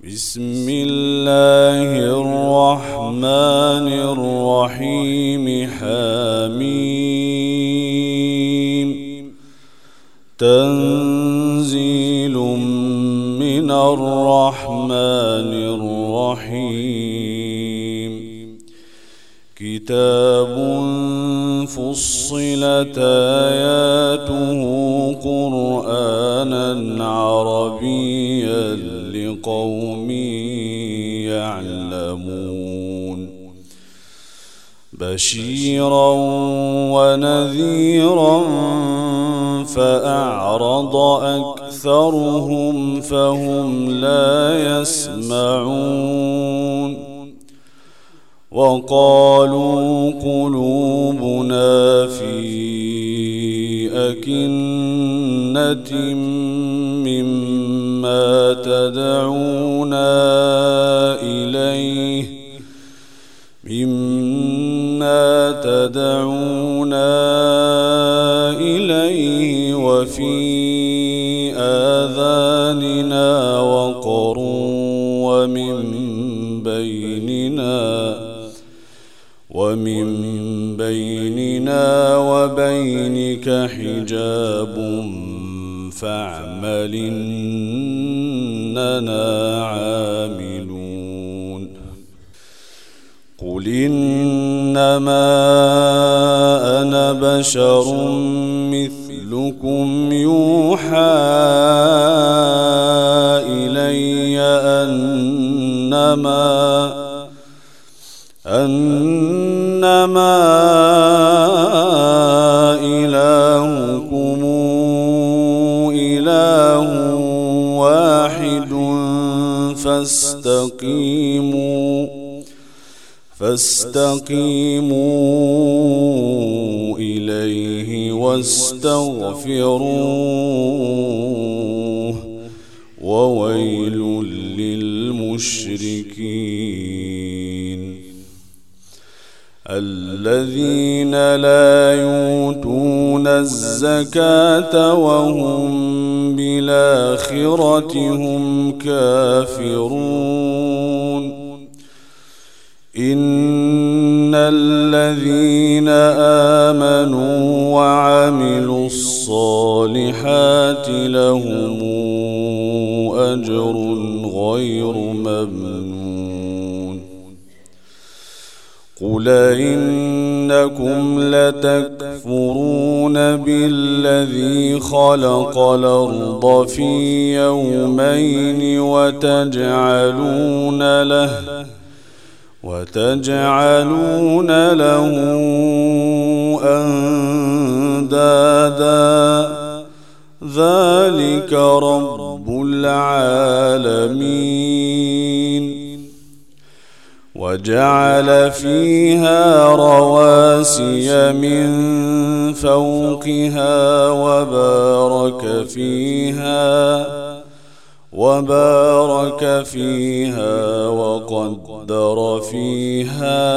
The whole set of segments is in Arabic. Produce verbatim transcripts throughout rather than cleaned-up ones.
بسم الله الرحمن الرحيم. حميم. تنزيل من الرحمن الرحيم. كتاب فصلت آياته قرآنا عربيا لقوم يعلمون. بشيرا ونذيرا فأعرض أكثرهم فهم لا يسمعون. وقالوا قلوبنا في أكنة مما تدعونا إليه مما تدعونا إليه وفي آذاننا وقر ومن بيننا ومن بيننا وبينك حجاب فاعمل إننا عاملون. قل إنما أنا بشر مثلكم يوحى إلي أنما أنما إلهكم إله واحد فاستقيموا فاستقيموا إليه واستغفروه وويل للمشركين الذين لا يؤتون الزكاة وهم بالآخرة هم كافرون. إن الذين آمنوا وعملوا الصالحات لهم أجر غير ممنون. قل إنكم لتكفرون بالذي خلق الأرض في يومين وتجعلون له وتجعلون له أندادا ذلك رب العالمين. وجعل فيها رواسي من فوقها وبارك فيها وبارك فيها وقدر فيها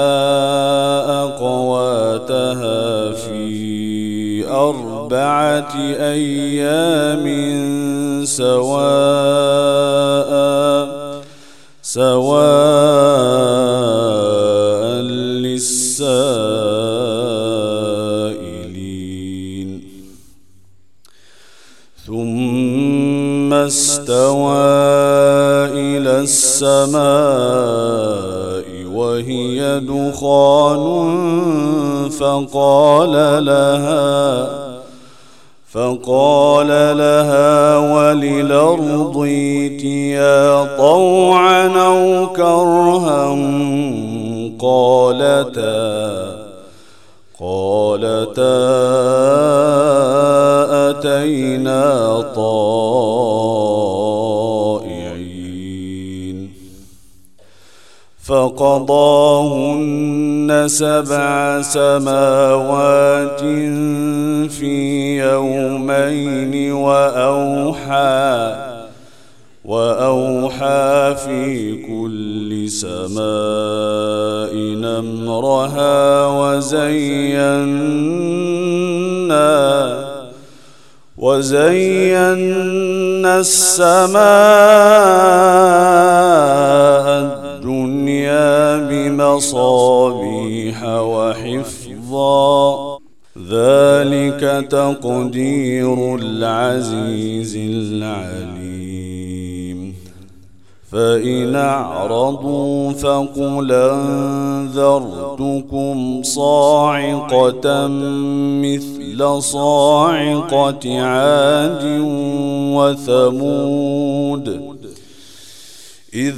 أقواتها في أربعة أيام سواء سواء للسائلين. ثم استوى إلى السماء وهي دخان فقال لها فقال لها وللأرض ائتيا طوعا أو كرها قالتا قالتا أتينا طائعين. فقضاهن سبع سماوات في يومين وأوحى وأوحى في كل سماء أمرها وزينا وزينا السماء تقدير العزيز العليم فإن أعرضوا فقل أنذرتكم صاعقة مثل صاعقة عاد وثمود إذ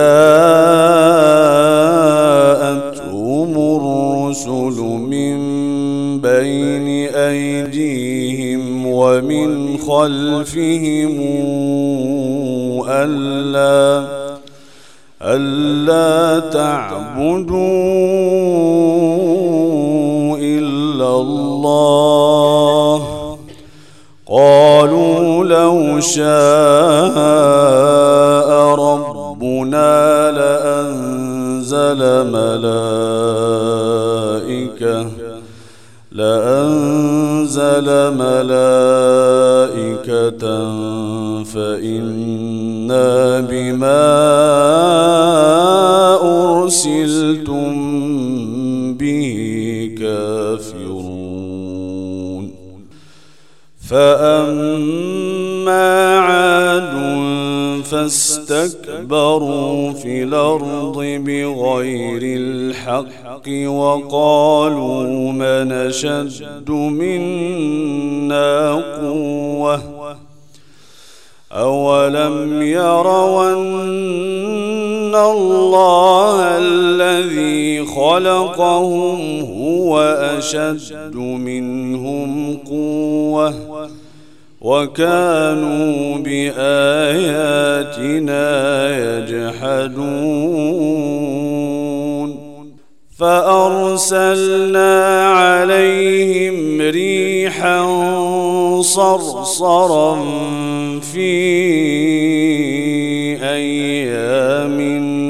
جاءتهم الرسل من بين أيديهم ومن خلفهم ألا ألا تعبدوا إلا الله قالوا لو شاء ربنا لأنزل ملائكة لأنزل ملائكة فإنا بما أرسلتم به كافرون فأما عاد فاستكبروا في الأرض بغير الحق وقالوا من أشد منا قوة أولم يروا أن الله الذي خلقهم هو أشد منهم قوة وكانوا بآياتنا يجحدون فأرسلنا عليهم ريحا صرصرا في أيام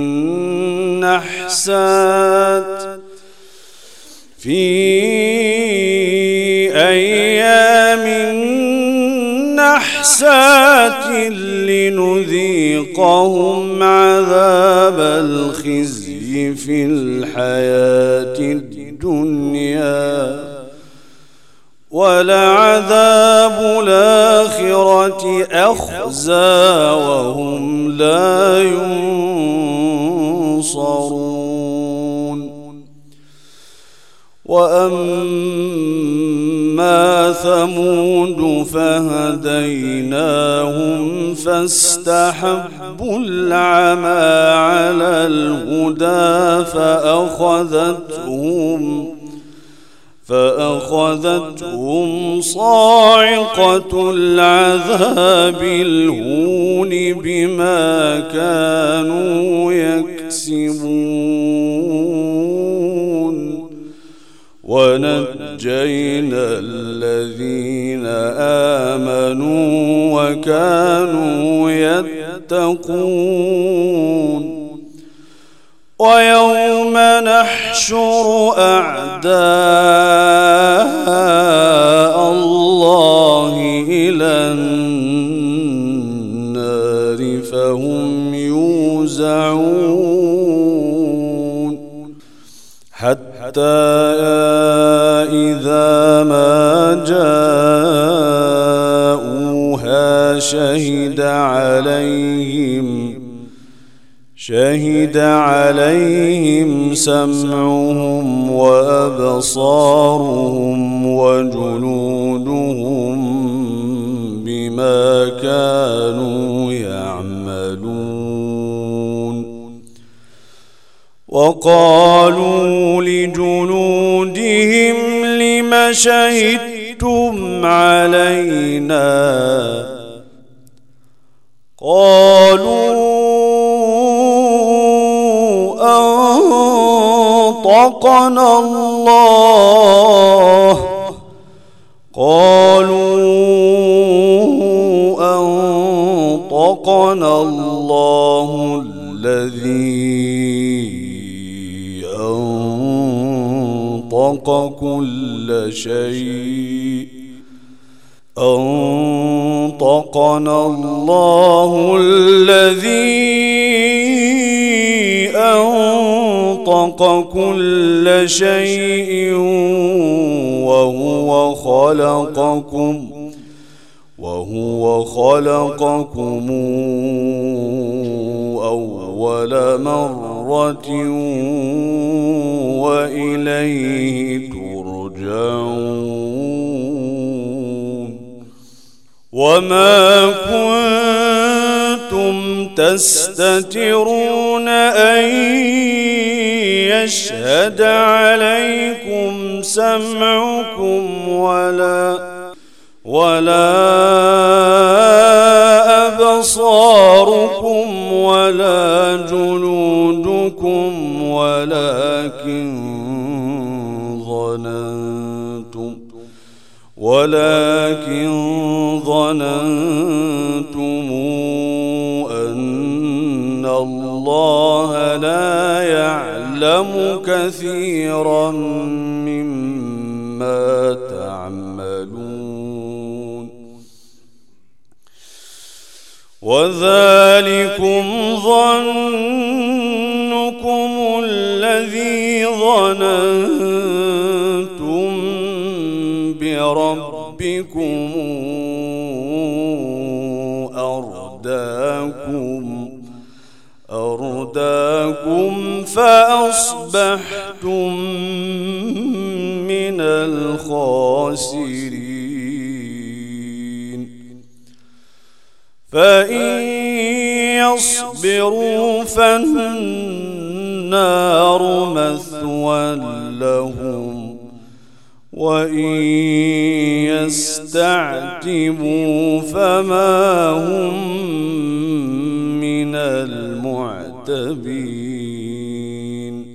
نحسات في أيام نحسات لنذيقهم عذاب الخزي في الحياة الدنيا ولعذاب الآخرة أخزى وهم لا ينصرون وأما ثمود فهديناهم فاستحبوا العمى على الهدى فأخذتهم فأخذتهم صاعقة العذاب الهون بما كانوا يكسبون ونجينا الذين آمنوا وكانوا يتقون ويوم نحشر أعداء الله إلى النار فهم يوزعون حتى إذا ما جاءوها شهد عليهم شهد عليهم سمعهم وأبصارهم وجلودهم بما كانوا يعملون وقالوا لجلودهم لم شهدتم علينا قالوا أنطقنا الله قالوا أنطقنا الله الذي أنطق كل شيء أنطقنا الله الذي أنطق أنطق كل شيء وهو خلقكم وهو خلقكم أول مرة وإليه ترجعون وما كنتم تستترون أن يشهد عليكم سمعكم ولا ولا أبصاركم ولا جلودكم ولكن ظننتم ولكن ظننتم أن الله لا يعلم كثيرا مما تعملون وذلكم ظنكم الذي ظننتم بربكم أرداكم أرداكم فأصبحتم من الخاسرين فإن يصبروا فالنار مثوى لهم وإن يستعتبوا فما هم من المعتبين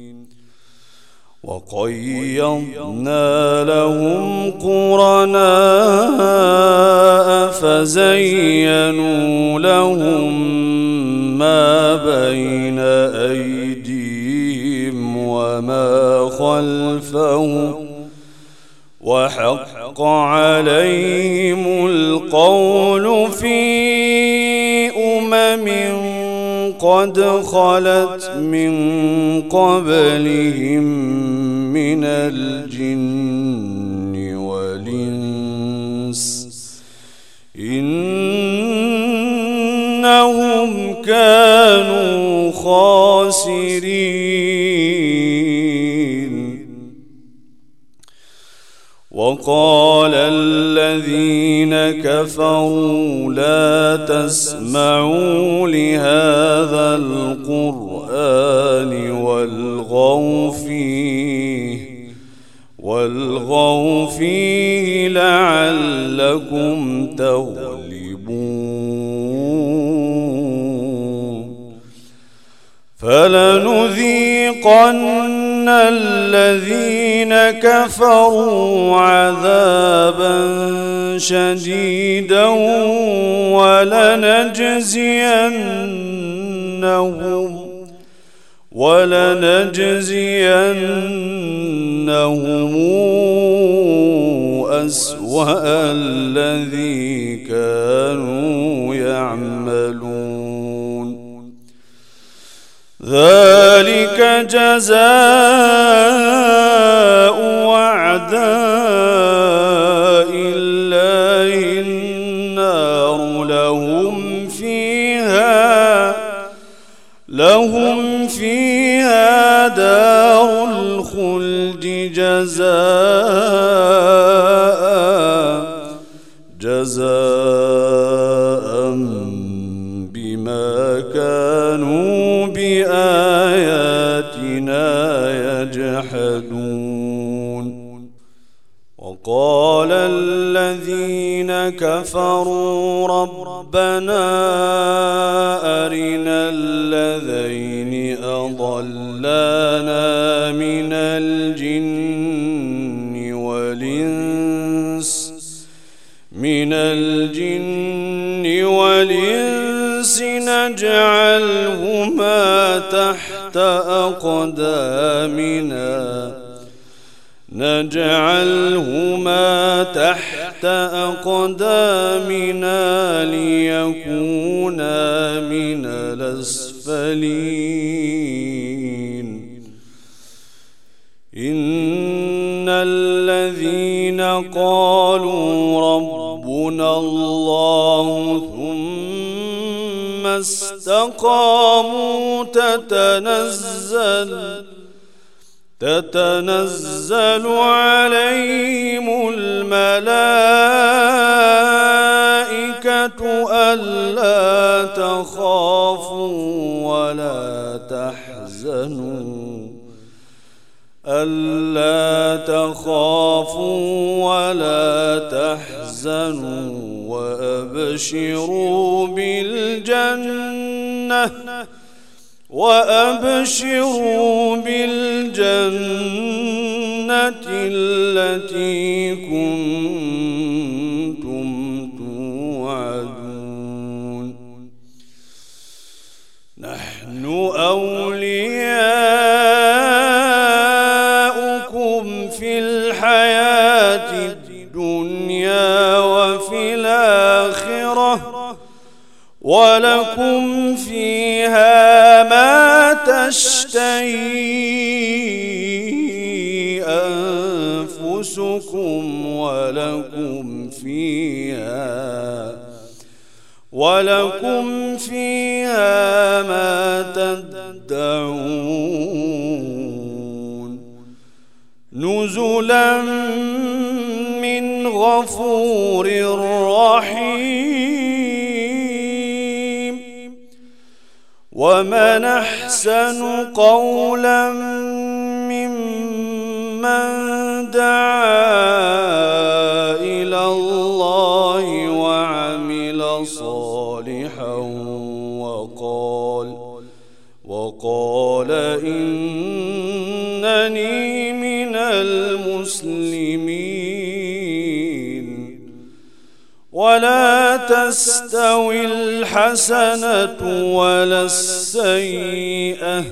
وقيضنا لهم قرناء فزينوا لهم ما بين أيديهم وما خلفهم وحق عليهم القول في أمم قد خلت من قبلهم من الجن والإنس إنهم كانوا خاسرين وقال الذين كفروا لا تسمعوا لهذا القرآن والغوا فيه والغوا فيه لعلكم تغلبون فلنذيقن الذين كفروا عذابا شديدا ولنجزينهم ولنجزينهم أسوأ الذي كانوا يعملون ذلك جزاء أعداء الله النار لهم فيها لهم فيها دار الخلد جزاء جزاء بما كانوا بآياتنا يجحدون وقال الذين كفروا ربنا أرنا الذين أضلانا من الجن والإنس من الجن والإنس نجعلهما تحت أقدامنا نجعلهما تحت أقدامنا ليكونا من الأسفلين. الأسفلين. استقاموا تتنزل تتنزل عليهم الملائكة ألا تخافوا ولا تحزنوا ألا تخافوا ولا تحزنوا وأبشروا بالجنة وأبشروا بالجنة التي كنتم توعدون نحن أولياؤكم في الحياة الدنيا وفي الآخرة ولكم فيها ما تشتهي أنفسكم ولكم فيها ولكم فيها ما تدعون نزلا من غفور رحيم ومن أحسن قولا ممن دعا إلى الله وعمل صالحا وقال وقال إنني من المسلمين ولا تستوي الحسنة ولا السيئة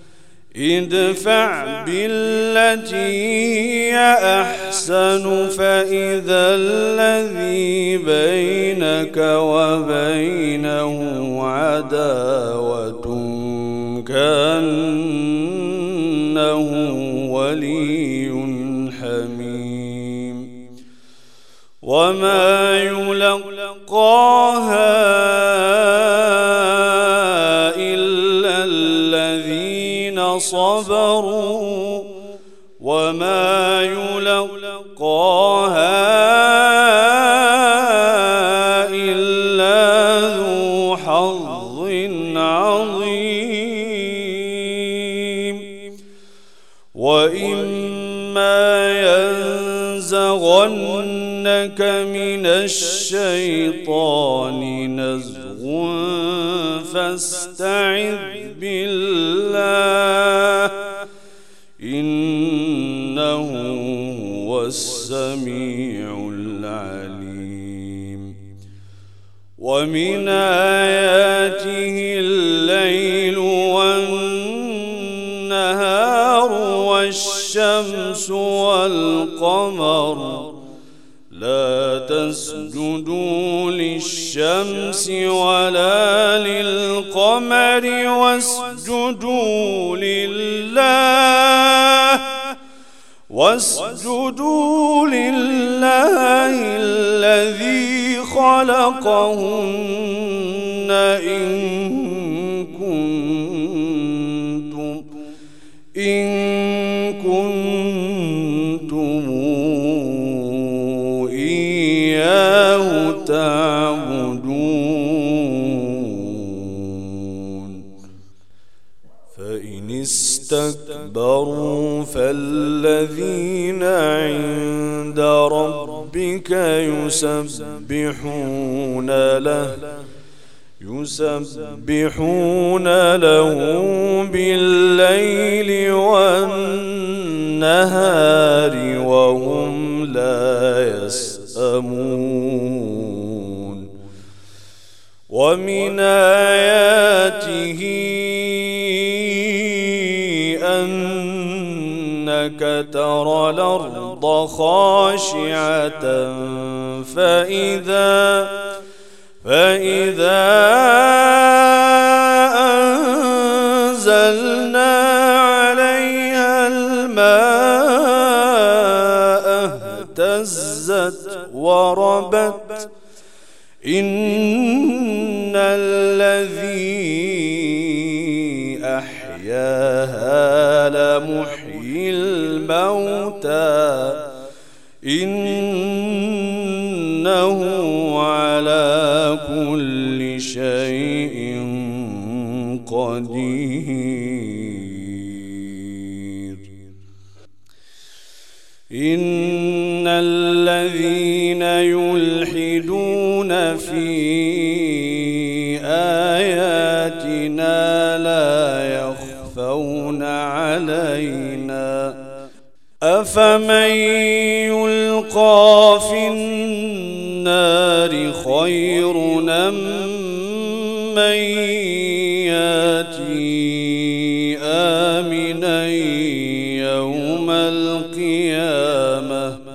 ادفع بالتي هي أحسن فإذا الذي بينك وبينه عداوة كأنه ولي حميم وما يلقاها إلا الذين صبروا وما يلقاها إلا ذو حظ عظيم وإما ينزغنك من الشيطان نزغ فاستعذ بالله إنه هو السميع العليم ومن آياته الليل والنهار والشمس والقمر لا تسجدوا للشمس ولا للقمر واسجدوا لله واسجدوا لله الذي خلقهن إن كنتم إن كنتم إياه تعبدون فإن استكبروا فالذين عند ربك يسبحون له يسبحون له بالليل والنهار وهم لا يسأمون ومن آياته أنك ترى الأرض خاشعة فإذا فإذا أنزلنا عليها الماء اهتزت وربت إن الذي أحياها لمحيي الموتى إنه على كل شيء قدير. إن الذين يلحدون في آياتنا لا يخفون علينا أفمن يلقى في النار خير أم من يأتي آمنا يوم القيامة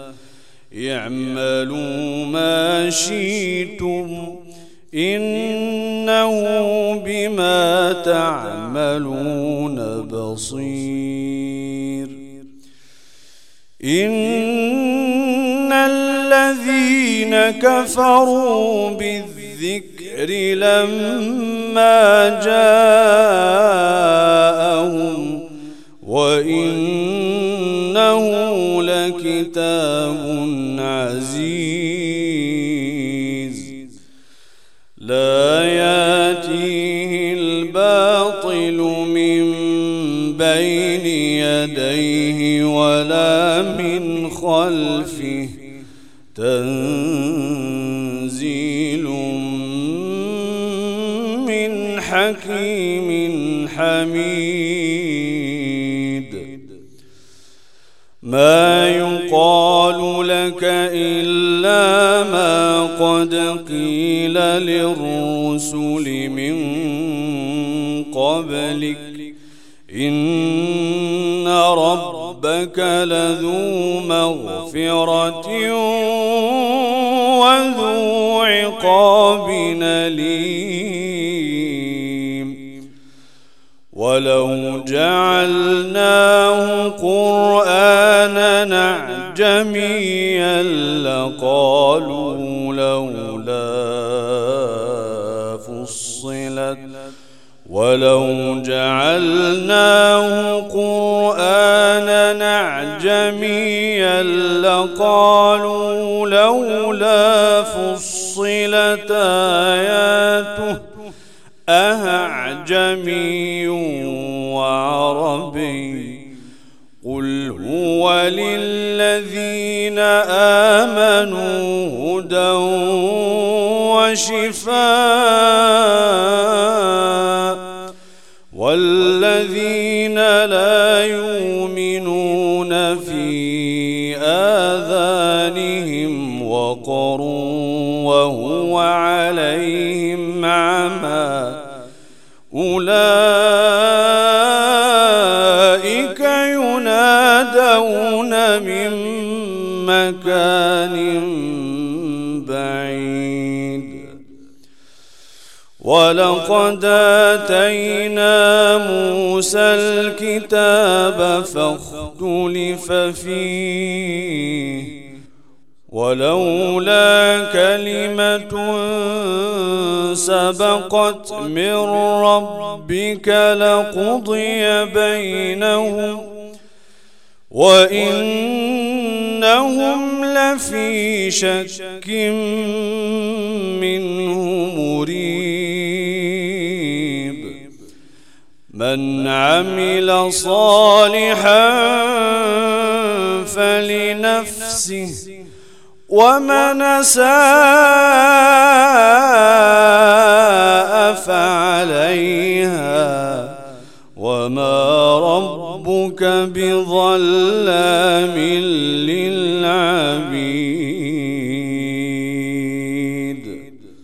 اعملوا ما شئتم إنه بما تعملون بصير. إن الذين كفروا بالذكر لما جاءهم وإنه لكتاب عزيز لا يأتيه الباطل من بين يديه ولا من خلفه تنزيل من حكيم حميد. ما يقال لك إلا ما قد قيل للرسل من قبلك إن ربك لذو مغفرة وذو عقاب أليم. ولو جعلناه قرآنا أعجميا لقالوا لولا فصلت ولو جعلناه قرآنا أعجميا لقالوا لولا فصلت آياته أأعجمي وعربي قل هو للذين آمنوا هدى وشفاء والذين لا يؤمنون في آذانهم وقر وهو عليهم عمى أولئك ينادون من مكان بعيد. ولقد آتينا موسى الكتاب فاختلف فيه ولولا كلمة سبقت من ربك لقضي بينهم وإنهم لفي شك منه مريب. من عمل صالحا فلنفسه ومن أساء فعليها وما ربك بظلام للعبيد.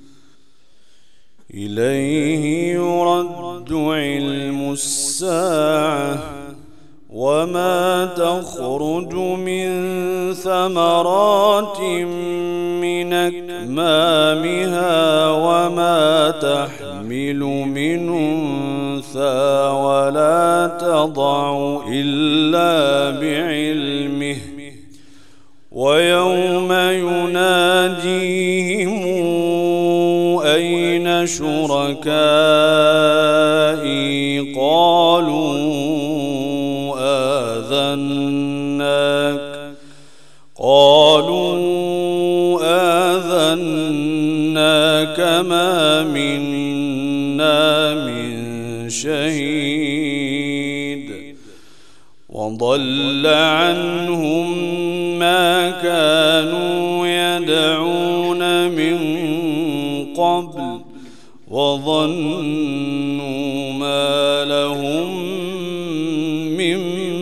إليه يرد علم الساعة وما تخرج من ثمرات من أكمامها وما تحمل من أنثى ولا تضع إلا بعلمه ويوم يناديهم أين شركائي قالوا منا من شهيد وضل عنهم ما كانوا يدعون من قبل وظنوا ما لهم من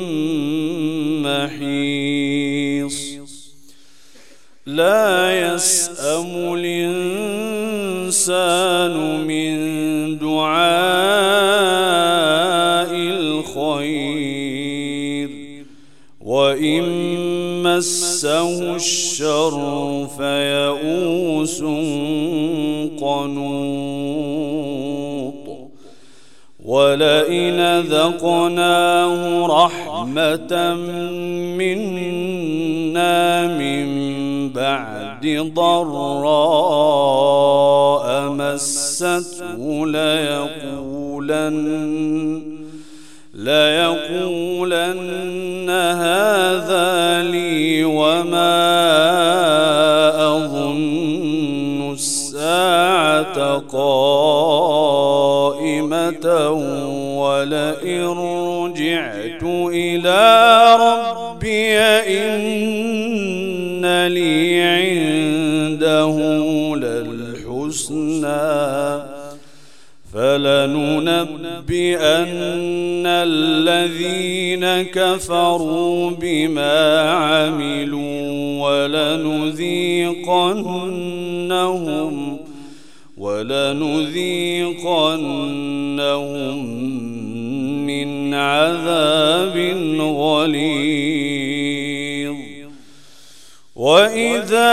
محيص لا يسأم الإنسان من دعاء الخير وإن مسه الشر فيئوس قنوط ولئن ذقناه رحمة منا من بعد ضراء مسته ليقولن ليقولن هذا لي وما أظن الساعة قائمة ولئن رجعت إلى ربي إن لي عنده للحسنى فلننبئن الذين كفروا بما عملوا ولنذيقنهم ولنذيقنهم من عذاب غليظ وإذا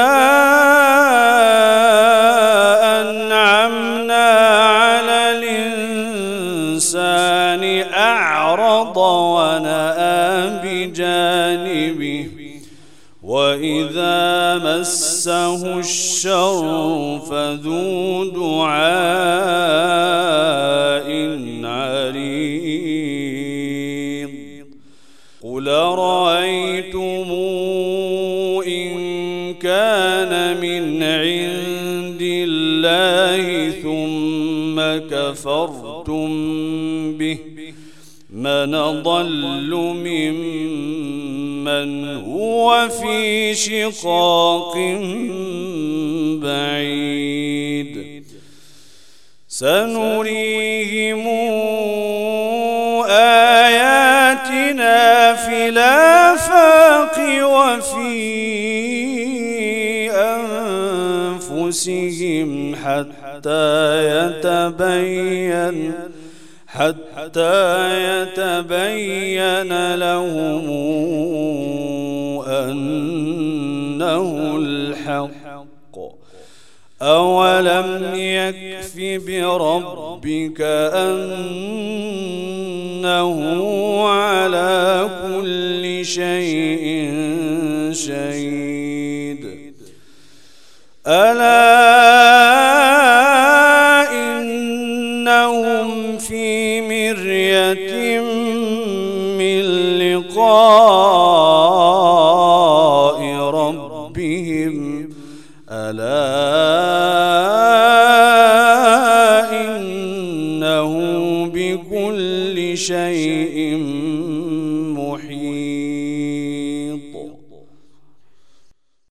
أنعمنا على الإنسان أعرض ونأى بجانبه وإذا مسه الشر فذو دعاء عريض قل رأيتم إن كان من عند الله ثم كفرتم به من ضل ممن هو في شقاق بعيد سنريهم آياتنا في الآفاق وفي أنفسهم حتى يتبين حتى يتبين لهم أنه الحق أولم يكف بربك أنه على كل شيء شهيد ألا إنهم في مرية من لقاء ربهم ألا إنه بكل شيء محيط